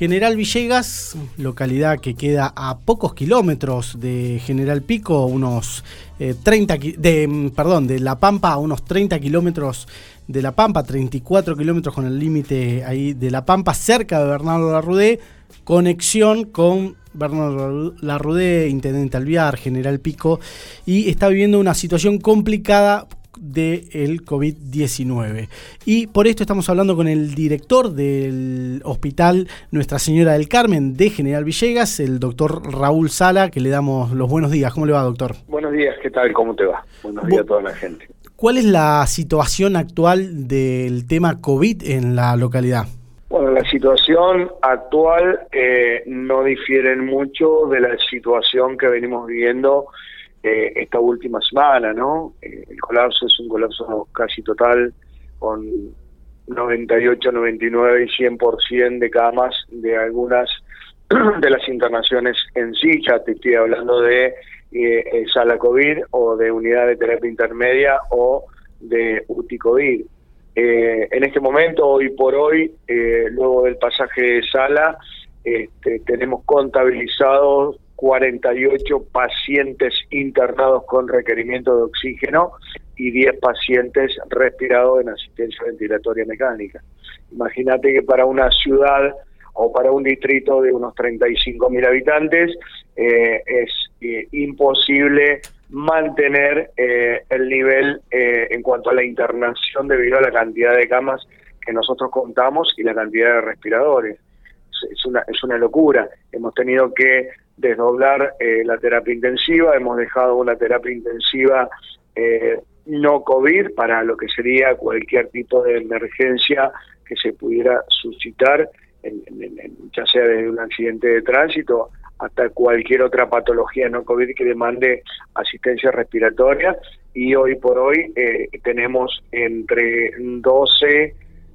General Villegas, localidad que queda a pocos kilómetros de General Pico, unos de La Pampa, a unos 30 kilómetros de La Pampa, 34 kilómetros con el límite ahí de La Pampa, cerca de Bernardo Larrudé, conexión con Bernardo Larrudé, Intendente Alvear, General Pico, y está viviendo una situación complicada del COVID-19. Y por esto estamos hablando con el director del Hospital Nuestra Señora del Carmen de General Villegas, el doctor Raúl Sala, que le damos los buenos días. ¿Cómo le va, doctor? Buenos días, ¿qué tal? ¿Cómo te va? Buenos días a toda la gente. ¿Cuál es la situación actual del tema COVID en la localidad? Bueno, la situación actual no difiere mucho de la situación que venimos viviendo esta última semana, ¿no? El colapso es un colapso casi total, con 98, 99 y 100% de camas de algunas de las internaciones en sí. Ya te estoy hablando de sala COVID o de unidad de terapia intermedia o de UTI COVID. En este momento, hoy por hoy, luego del pasaje de sala, tenemos contabilizados 48 pacientes internados con requerimiento de oxígeno y 10 pacientes respirados en asistencia ventilatoria mecánica. Imagínate que para una ciudad o para un distrito de unos 35.000 habitantes es imposible mantener el nivel en cuanto a la internación debido a la cantidad de camas que nosotros contamos y la cantidad de respiradores. Es una locura. Hemos tenido que desdoblar la terapia intensiva, hemos dejado una terapia intensiva no COVID para lo que sería cualquier tipo de emergencia que se pudiera suscitar, ya sea desde un accidente de tránsito hasta cualquier otra patología no COVID que demande asistencia respiratoria, y hoy por hoy tenemos entre 12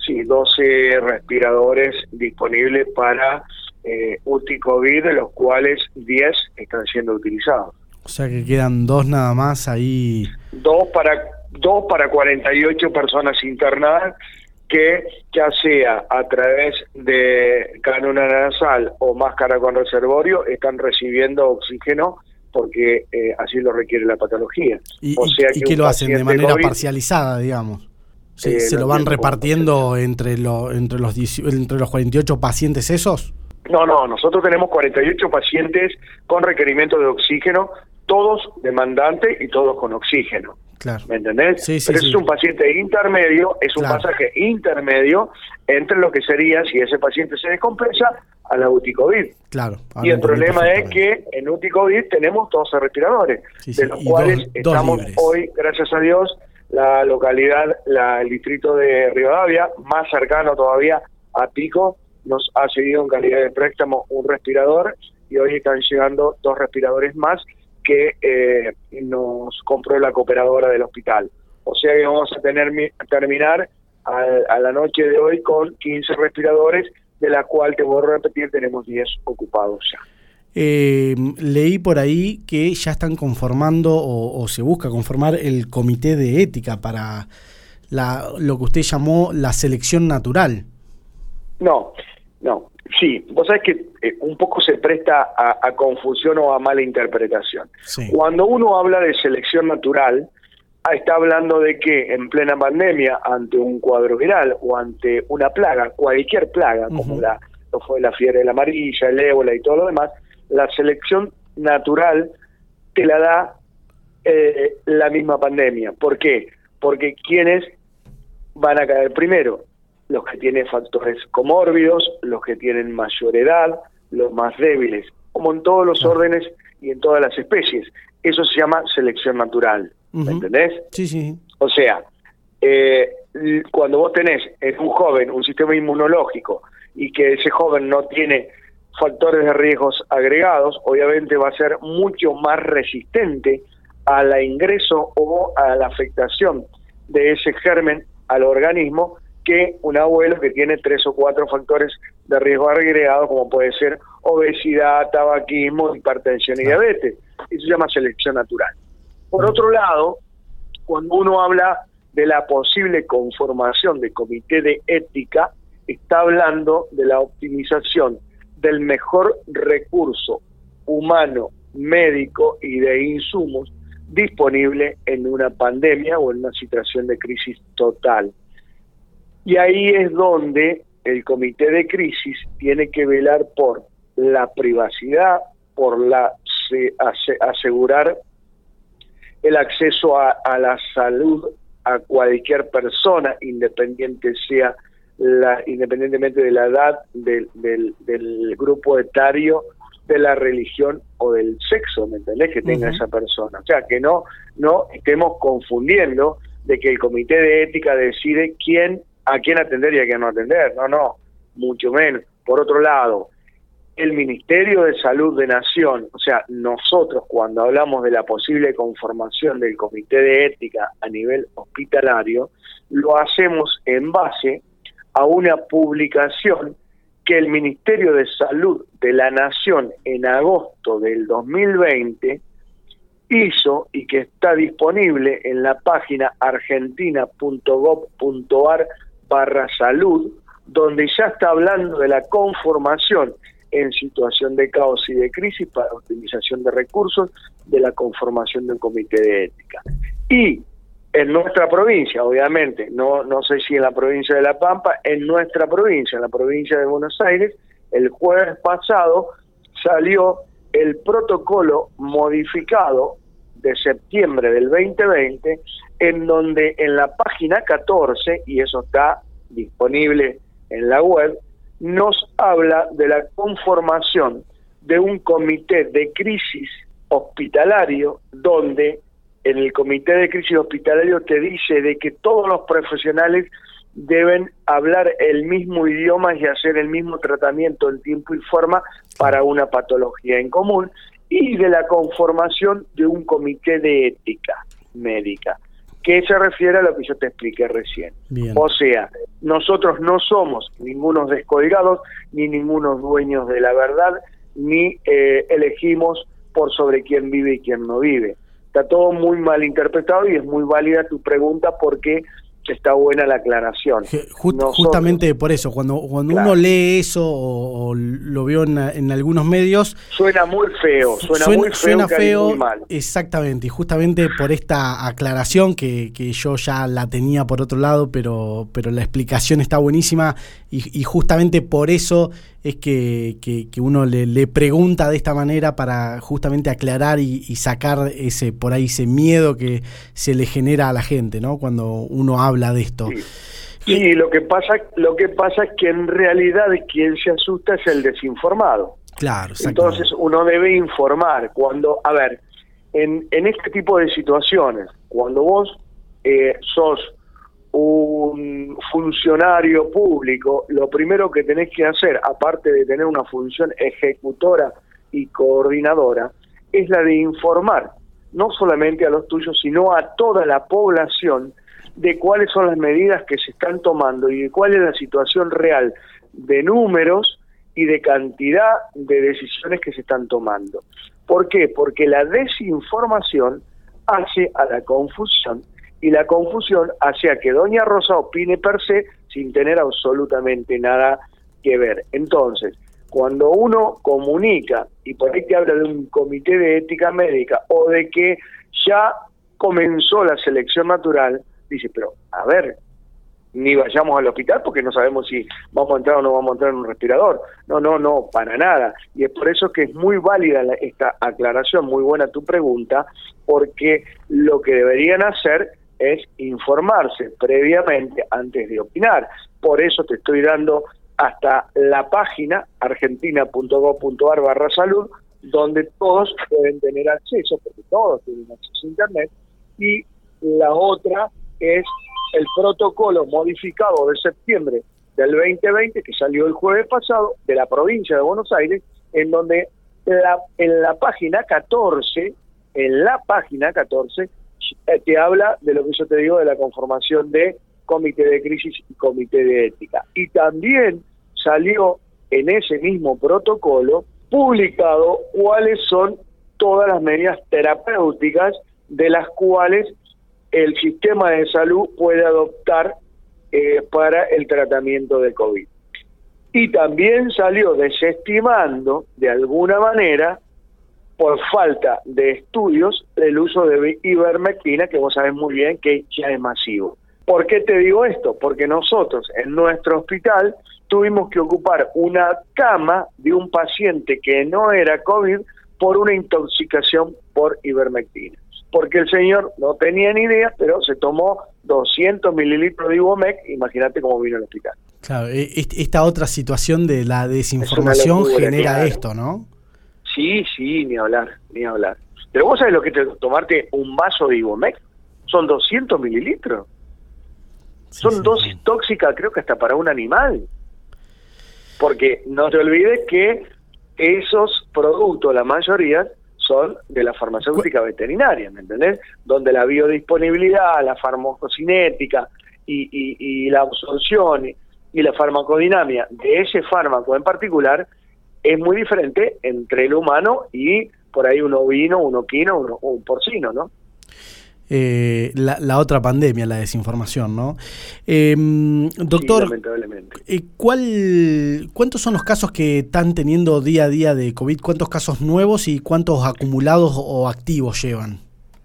respiradores disponibles para UTI COVID, de los cuales 10 están siendo utilizados. O sea que quedan 2 nada más ahí. 2 para 48 personas internadas que, ya sea a través de canula nasal o máscara con reservorio, están recibiendo oxígeno porque así lo requiere la patología. ¿Y qué lo hacen de manera COVID, parcializada, digamos? ¿Se lo van repartiendo entre los 48 pacientes esos? No, nosotros tenemos 48 pacientes con requerimiento de oxígeno, todos demandantes y todos con oxígeno. Claro. ¿Me entendés? Sí, pero es un paciente intermedio, es un pasaje intermedio entre lo que sería, si ese paciente se descompensa, a la UTI COVID. Claro. Y el problema es que en UTI COVID tenemos 12 respiradores, de los cuales estamos hoy, gracias a Dios, la localidad, el distrito de Rivadavia, más cercano todavía a Pico, nos ha cedido en calidad de préstamo un respirador, y hoy están llegando 2 respiradores más que nos compró la cooperadora del hospital. O sea que vamos a terminar a la noche de hoy con 15 respiradores, de la cual, te voy a repetir, tenemos 10 ocupados ya. Leí por ahí que ya están conformando o se busca conformar el comité de ética para lo que usted llamó la selección natural. No. Sí, vos sabés que un poco se presta a confusión o a mala interpretación. Sí. Cuando uno habla de selección natural, está hablando de que en plena pandemia, ante un cuadro viral o ante una plaga, cualquier plaga, como lo fue la fiebre de la amarilla, el ébola y todo lo demás, la selección natural te la da la misma pandemia. ¿Por qué? Porque ¿quiénes van a caer primero? Los que tienen factores comórbidos, los que tienen mayor edad, los más débiles, como en todos los órdenes y en todas las especies. Eso se llama selección natural, ¿me entendés? Sí. O sea, cuando vos tenés en un joven un sistema inmunológico y que ese joven no tiene factores de riesgos agregados, obviamente va a ser mucho más resistente al ingreso o a la afectación de ese germen al organismo que un abuelo que tiene 3 o 4 factores de riesgo agregados, como puede ser obesidad, tabaquismo, hipertensión y diabetes. Eso se llama selección natural. Por otro lado, cuando uno habla de la posible conformación de comité de ética, está hablando de la optimización del mejor recurso humano, médico y de insumos disponible en una pandemia o en una situación de crisis total. Y ahí es donde el comité de crisis tiene que velar por la privacidad, por asegurar el acceso a la salud a cualquier persona, independientemente de la edad, del grupo etario, de la religión o del sexo, ¿me entendés? Que tenga esa persona. O sea, que no estemos confundiendo de que el comité de ética decide a quién atender y a quién no atender. No, mucho menos. Por otro lado, el Ministerio de Salud de Nación, o sea, nosotros cuando hablamos de la posible conformación del comité de ética a nivel hospitalario, lo hacemos en base a una publicación que el Ministerio de Salud de la Nación en agosto del 2020 hizo y que está disponible en la página argentina.gov.ar/salud, donde ya está hablando de la conformación en situación de caos y de crisis para optimización de recursos, de la conformación del comité de ética. Y en nuestra provincia, obviamente, no sé si en la provincia de La Pampa, en nuestra provincia, en la provincia de Buenos Aires, el jueves pasado salió el protocolo modificado de septiembre del 2020, en donde en la página 14, y eso está disponible en la web, nos habla de la conformación de un comité de crisis hospitalario, donde en el comité de crisis hospitalario te dice de que todos los profesionales deben hablar el mismo idioma y hacer el mismo tratamiento en tiempo y forma para una patología en común, y de la conformación de un comité de ética médica, que se refiere a lo que yo te expliqué recién. Bien. O sea, nosotros no somos ningunos descolgados, ni ningunos dueños de la verdad, ni elegimos por sobre quién vive y quién no vive. Está todo muy mal interpretado y es muy válida tu pregunta porque está buena la aclaración. Justamente por eso, cuando claro, uno lee eso o lo veo en algunos medios... Suena muy feo, suena feo, muy mal. Exactamente, y justamente por esta aclaración que yo ya la tenía por otro lado, pero la explicación está buenísima y justamente por eso es que uno le pregunta de esta manera para justamente aclarar y sacar ese miedo que se le genera a la gente, ¿no? Cuando uno habla de esto. Sí, lo que pasa es que en realidad quien se asusta es el desinformado. Claro, entonces uno debe informar cuando, a ver, en este tipo de situaciones, cuando vos sos un funcionario público, lo primero que tenés que hacer, aparte de tener una función ejecutora y coordinadora, es la de informar, no solamente a los tuyos, sino a toda la población, de cuáles son las medidas que se están tomando y de cuál es la situación real de números y de cantidad de decisiones que se están tomando. ¿Por qué? Porque la desinformación hace a la confusión, y la confusión hace a que doña Rosa opine per se sin tener absolutamente nada que ver. Entonces, cuando uno comunica, y por ahí te habla de un comité de ética médica o de que ya comenzó la selección natural, dice, pero a ver, ni vayamos al hospital porque no sabemos si vamos a entrar o no vamos a entrar en un respirador. No, para nada. Y es por eso que es muy válida esta aclaración, muy buena tu pregunta, porque lo que deberían hacer es informarse previamente antes de opinar. Por eso te estoy dando hasta la página argentina.gov.ar/salud, donde todos pueden tener acceso, porque todos tienen acceso a internet, y la otra es el protocolo modificado de septiembre del 2020 que salió el jueves pasado de la provincia de Buenos Aires, en donde en la página 14 te habla de lo que yo te digo de la conformación de comité de crisis y comité de ética. Y también salió en ese mismo protocolo publicado cuáles son todas las medidas terapéuticas de las cuales el sistema de salud puede adoptar para el tratamiento de COVID. y también salió desestimando de alguna manera, por falta de estudios, el uso de ivermectina, que vos sabés muy bien que ya es masivo. ¿Por qué te digo esto? Porque nosotros en nuestro hospital tuvimos que ocupar una cama de un paciente que no era COVID por una intoxicación por ivermectina. Porque el señor no tenía ni idea, pero se tomó 200 mililitros de Ivomec, imagínate cómo vino al hospital. Claro, esta otra situación de la desinformación locura, genera claro. esto, ¿no? Sí, ni hablar. Pero vos sabés lo que es tomarte un vaso de Ivomec, son 200 mililitros. Sí, Son sí, dosis sí. tóxicas, creo que hasta para un animal. Porque no te olvides que esos productos, la mayoría, son de la farmacéutica veterinaria, ¿me entendés? Donde la biodisponibilidad, la farmacocinética y la absorción y la farmacodinamia de ese fármaco en particular es muy diferente entre el humano y por ahí un ovino, un oquino, un porcino, ¿no? La otra pandemia, la desinformación, ¿no? Doctor, sí, lamentablemente. ¿Cuántos son los casos que están teniendo día a día de COVID? ¿Cuántos casos nuevos y cuántos acumulados o activos llevan?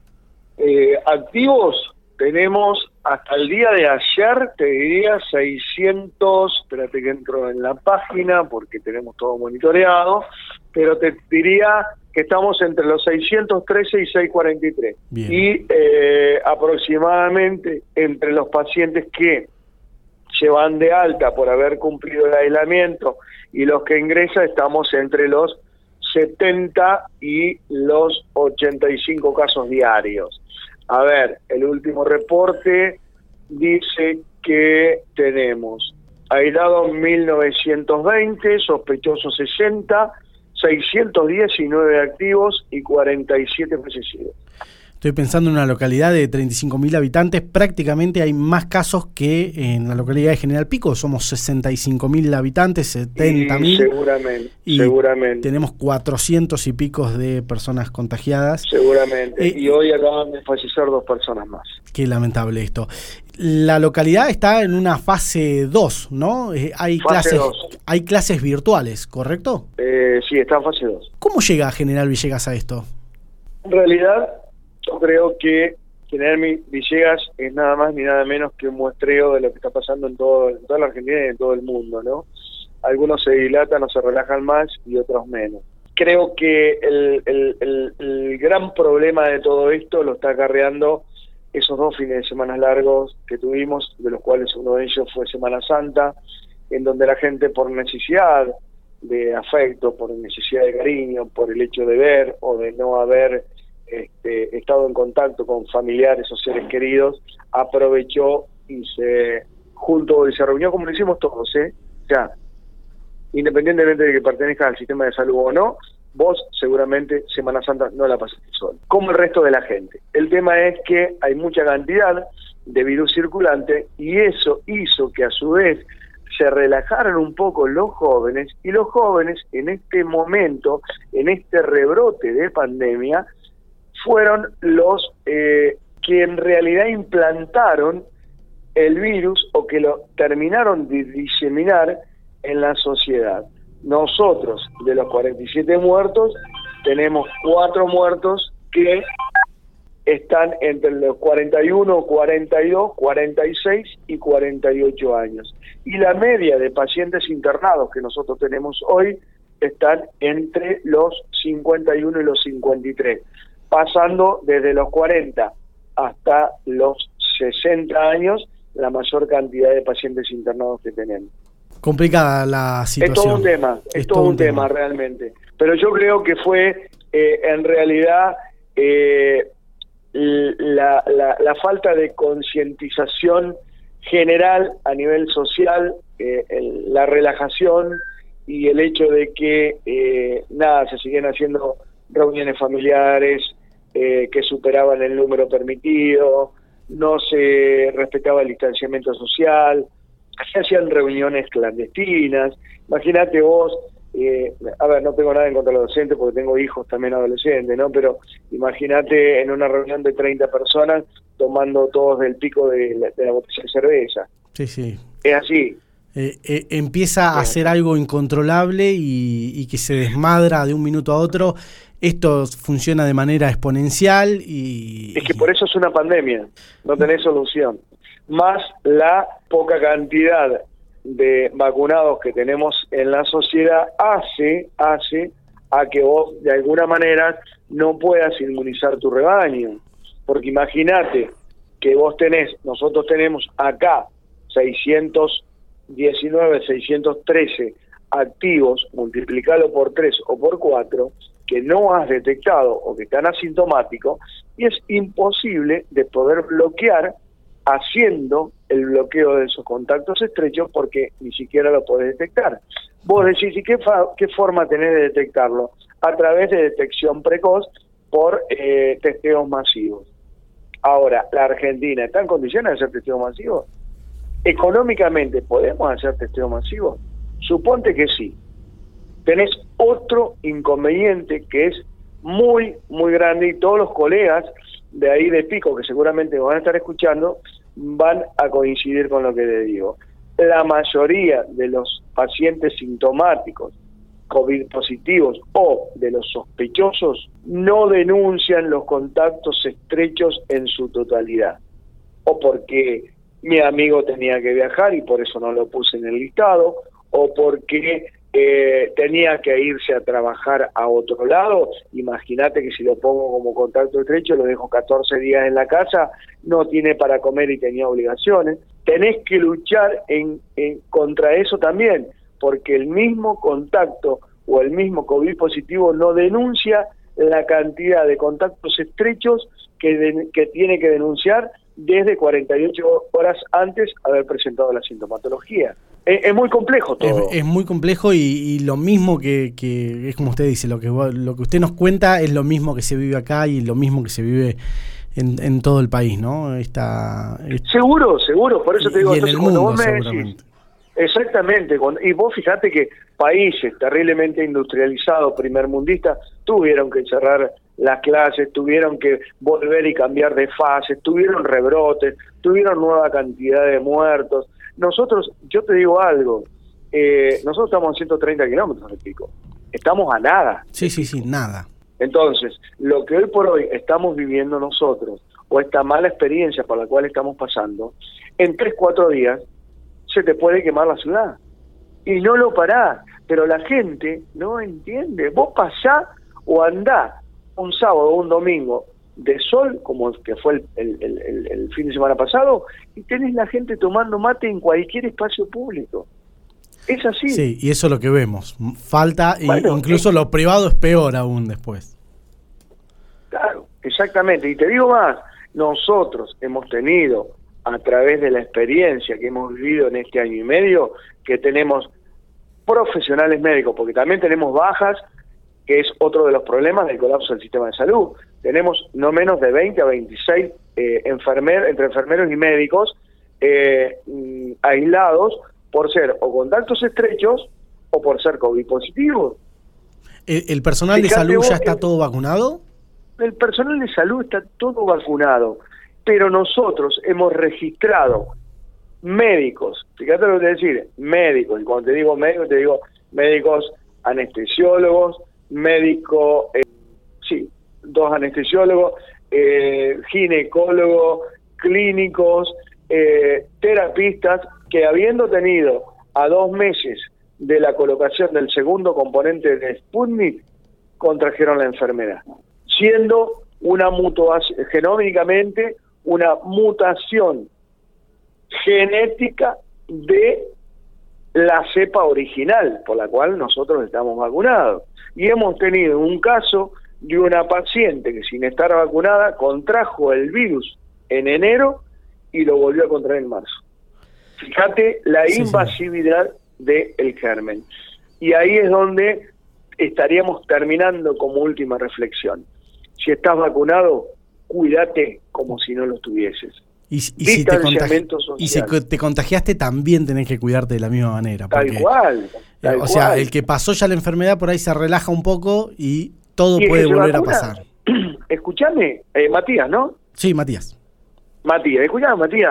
Activos tenemos hasta el día de ayer, te diría 600, espérate que entro en la página porque tenemos todo monitoreado, pero te diría que estamos entre los 613 y 643. Bien. Y aproximadamente entre los pacientes que se van de alta por haber cumplido el aislamiento y los que ingresan, estamos entre los 70 y los 85 casos diarios. A ver, el último reporte dice que tenemos aislados 1920, sospechosos 60, 619 activos y 47 fallecidos. Estoy pensando en una localidad de 35.000 habitantes, prácticamente hay más casos que en la localidad de General Pico, somos 65.000 habitantes, 70.000. Seguramente. Tenemos 400 y picos de personas contagiadas. Seguramente. Y hoy acaban de fallecer 2 personas más. Qué lamentable esto. La localidad está en una fase 2, ¿no? Hay clases virtuales, ¿correcto? Sí, está en fase 2. ¿Cómo llega General Villegas a esto? En realidad, yo creo que General Villegas es nada más ni nada menos que un muestreo de lo que está pasando en toda la Argentina y en todo el mundo, ¿no? Algunos se dilatan o se relajan más y otros menos. Creo que el gran problema de todo esto lo está acarreando esos 2 fines de semana largos que tuvimos, de los cuales uno de ellos fue Semana Santa, en donde la gente por necesidad de afecto, por necesidad de cariño, por el hecho de ver o de no haber estado en contacto con familiares o seres queridos, aprovechó y se reunió como lo hicimos todos, O sea, independientemente de que pertenezcas al sistema de salud o no, vos seguramente Semana Santa no la pasaste solo, como el resto de la gente. El tema es que hay mucha cantidad de virus circulante y eso hizo que a su vez se relajaran un poco los jóvenes, y los jóvenes en este momento, en este rebrote de pandemia, fueron los que en realidad implantaron el virus o que lo terminaron de diseminar en la sociedad. Nosotros, de los 47 muertos, tenemos 4 muertos que están entre los 41, 42, 46 y 48 años. Y la media de pacientes internados que nosotros tenemos hoy están entre los 51 y los 53, pasando desde los 40 hasta los 60 años la mayor cantidad de pacientes internados que tenemos. Complicada la situación. Es todo un tema realmente. Pero yo creo que fue en realidad la falta de concientización general a nivel social, la relajación y el hecho de que se siguen haciendo reuniones familiares que superaban el número permitido, no se respetaba el distanciamiento social, se hacían reuniones clandestinas. Imagínate vos, no tengo nada en contra de los docentes porque tengo hijos también adolescentes, ¿no? Pero imagínate en una reunión de 30 personas tomando todos del pico de la botella de cerveza. Sí. Es así. empieza a ser algo incontrolable y que se desmadra de un minuto a otro. Esto funciona de manera exponencial y... Es que por eso es una pandemia, no tenés solución. Más la poca cantidad de vacunados que tenemos en la sociedad hace a que vos de alguna manera no puedas inmunizar tu rebaño. Porque imagínate que nosotros tenemos acá 619, 613 activos, multiplicalo por 3 o por 4, que no has detectado o que están asintomáticos, y es imposible de poder bloquear haciendo el bloqueo de esos contactos estrechos porque ni siquiera lo podés detectar. Vos decís, ¿y qué forma tenés de detectarlo? A través de detección precoz por testeos masivos. Ahora, ¿la Argentina está en condiciones de hacer testeos masivos? ¿Económicamente podemos hacer testeos masivos? Suponte que sí. Tenés otro inconveniente que es muy, muy grande, y todos los colegas de ahí de Pico, que seguramente van a estar escuchando, van a coincidir con lo que les digo. La mayoría de los pacientes sintomáticos, COVID positivos o de los sospechosos, no denuncian los contactos estrechos en su totalidad. O porque mi amigo tenía que viajar y por eso no lo puse en el listado, o porque tenía que irse a trabajar a otro lado. Imagínate que si lo pongo como contacto estrecho, lo dejo 14 días en la casa, no tiene para comer y tenía obligaciones. Tenés que luchar contra eso también, porque el mismo contacto o el mismo COVID positivo no denuncia la cantidad de contactos estrechos que tiene que denunciar desde 48 horas antes de haber presentado la sintomatología. Es muy complejo todo. Es muy complejo y lo mismo que es como usted dice, lo que usted nos cuenta es lo mismo que se vive acá y lo mismo que se vive en todo el país, ¿no? Seguro, por eso te digo, y en el mundo, vos me seguramente. Exactamente, y vos fijate que países terriblemente industrializados, primermundistas, tuvieron que cerrar las clases, tuvieron que volver y cambiar de fase, tuvieron rebrotes, tuvieron nueva cantidad de muertos. Nosotros, yo te digo algo, nosotros estamos a 130 kilómetros de Pico, estamos a nada. Sí, nada. Entonces, lo que hoy por hoy estamos viviendo nosotros, o esta mala experiencia por la cual estamos pasando, en 3-4 días se te puede quemar la ciudad. Y no lo parás, pero la gente no entiende. Vos pasás o andás un sábado o un domingo de sol, como el que fue el fin de semana pasado, y tenés la gente tomando mate en cualquier espacio público. Es así. Sí, y eso es lo que vemos. Falta, bueno, incluso lo privado es peor aún después. Claro, exactamente. Y te digo más, nosotros hemos tenido, a través de la experiencia que hemos vivido en este año y medio, que tenemos profesionales médicos, porque también tenemos bajas, que es otro de los problemas del colapso del sistema de salud. Tenemos no menos de 20 a 26 entre enfermeros y médicos aislados por ser o contactos estrechos o por ser COVID positivos. ¿El personal de salud ya está todo vacunado? El personal de salud está todo vacunado, pero nosotros hemos registrado médicos, fíjate lo que te decir, médicos, y cuando te digo médicos anestesiólogos, dos anestesiólogos, ginecólogos, clínicos, terapistas, que habiendo tenido a 2 meses de la colocación del segundo componente de Sputnik, contrajeron la enfermedad, siendo genómicamente una mutación genética de la cepa original, por la cual nosotros estamos vacunados. Y hemos tenido un caso de una paciente que, sin estar vacunada, contrajo el virus en enero y lo volvió a contraer en marzo. Fíjate la invasividad del germen. Y ahí es donde estaríamos terminando como última reflexión. Si estás vacunado, cuídate como si no lo estuvieses. Y si te contagiaste, también tenés que cuidarte de la misma manera. Tal cual. O sea, el que pasó ya la enfermedad por ahí se relaja un poco y todo puede volver a pasar. Escuchame, Matías, ¿no? Sí, Matías. Escuchame, Matías.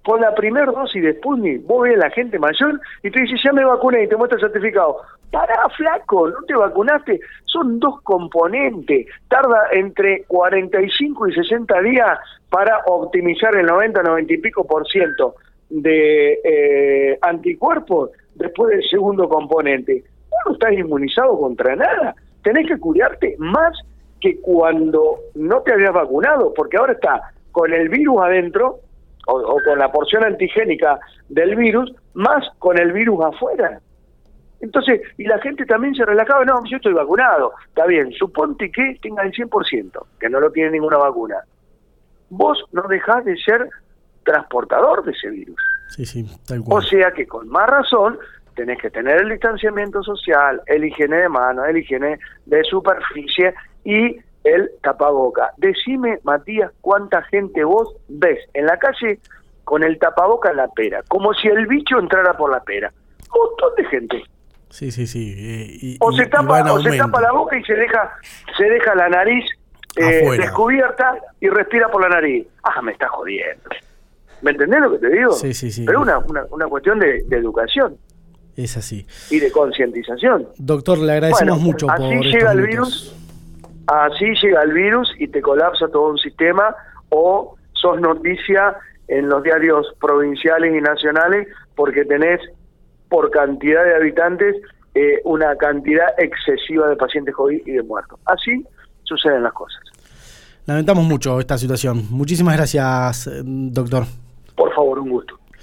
con la primera dosis de Sputnik, vos ves a la gente mayor y te dice, ya me vacuné y te muestra el certificado. Pará, flaco, no te vacunaste. Son 2 componentes. Tarda entre 45 y 60 días para optimizar el 90 y pico % de anticuerpos después del segundo componente. Vos no estás inmunizado contra nada. Tenés que cuidarte más que cuando no te habías vacunado, porque ahora está con el virus adentro, o con la porción antigénica del virus, más con el virus afuera. Entonces, y la gente también se relajaba, no, yo estoy vacunado, está bien, suponte que tenga el 100%, que no lo tiene ninguna vacuna. Vos no dejás de ser transportador de ese virus. Sí, tal cual. O sea que con más razón tenés que tener el distanciamiento social, el higiene de manos, el higiene de superficie y el tapaboca. Decime, Matías, cuánta gente vos ves en la calle con el tapaboca en la pera, como si el bicho entrara por la pera. Un montón de gente. Sí. Se tapa la boca y se deja la nariz descubierta y respira por la nariz. Me está jodiendo. ¿Me entendés lo que te digo? Sí. Pero una cuestión de educación. Es así. Y de concientización. Doctor, le agradecemos mucho por así llega el virus. Así llega el virus y te colapsa todo un sistema, o sos noticia en los diarios provinciales y nacionales porque tenés, por cantidad de habitantes, una cantidad excesiva de pacientes COVID y de muertos. Así suceden las cosas. Lamentamos mucho esta situación. Muchísimas gracias, doctor. Por favor, un gusto.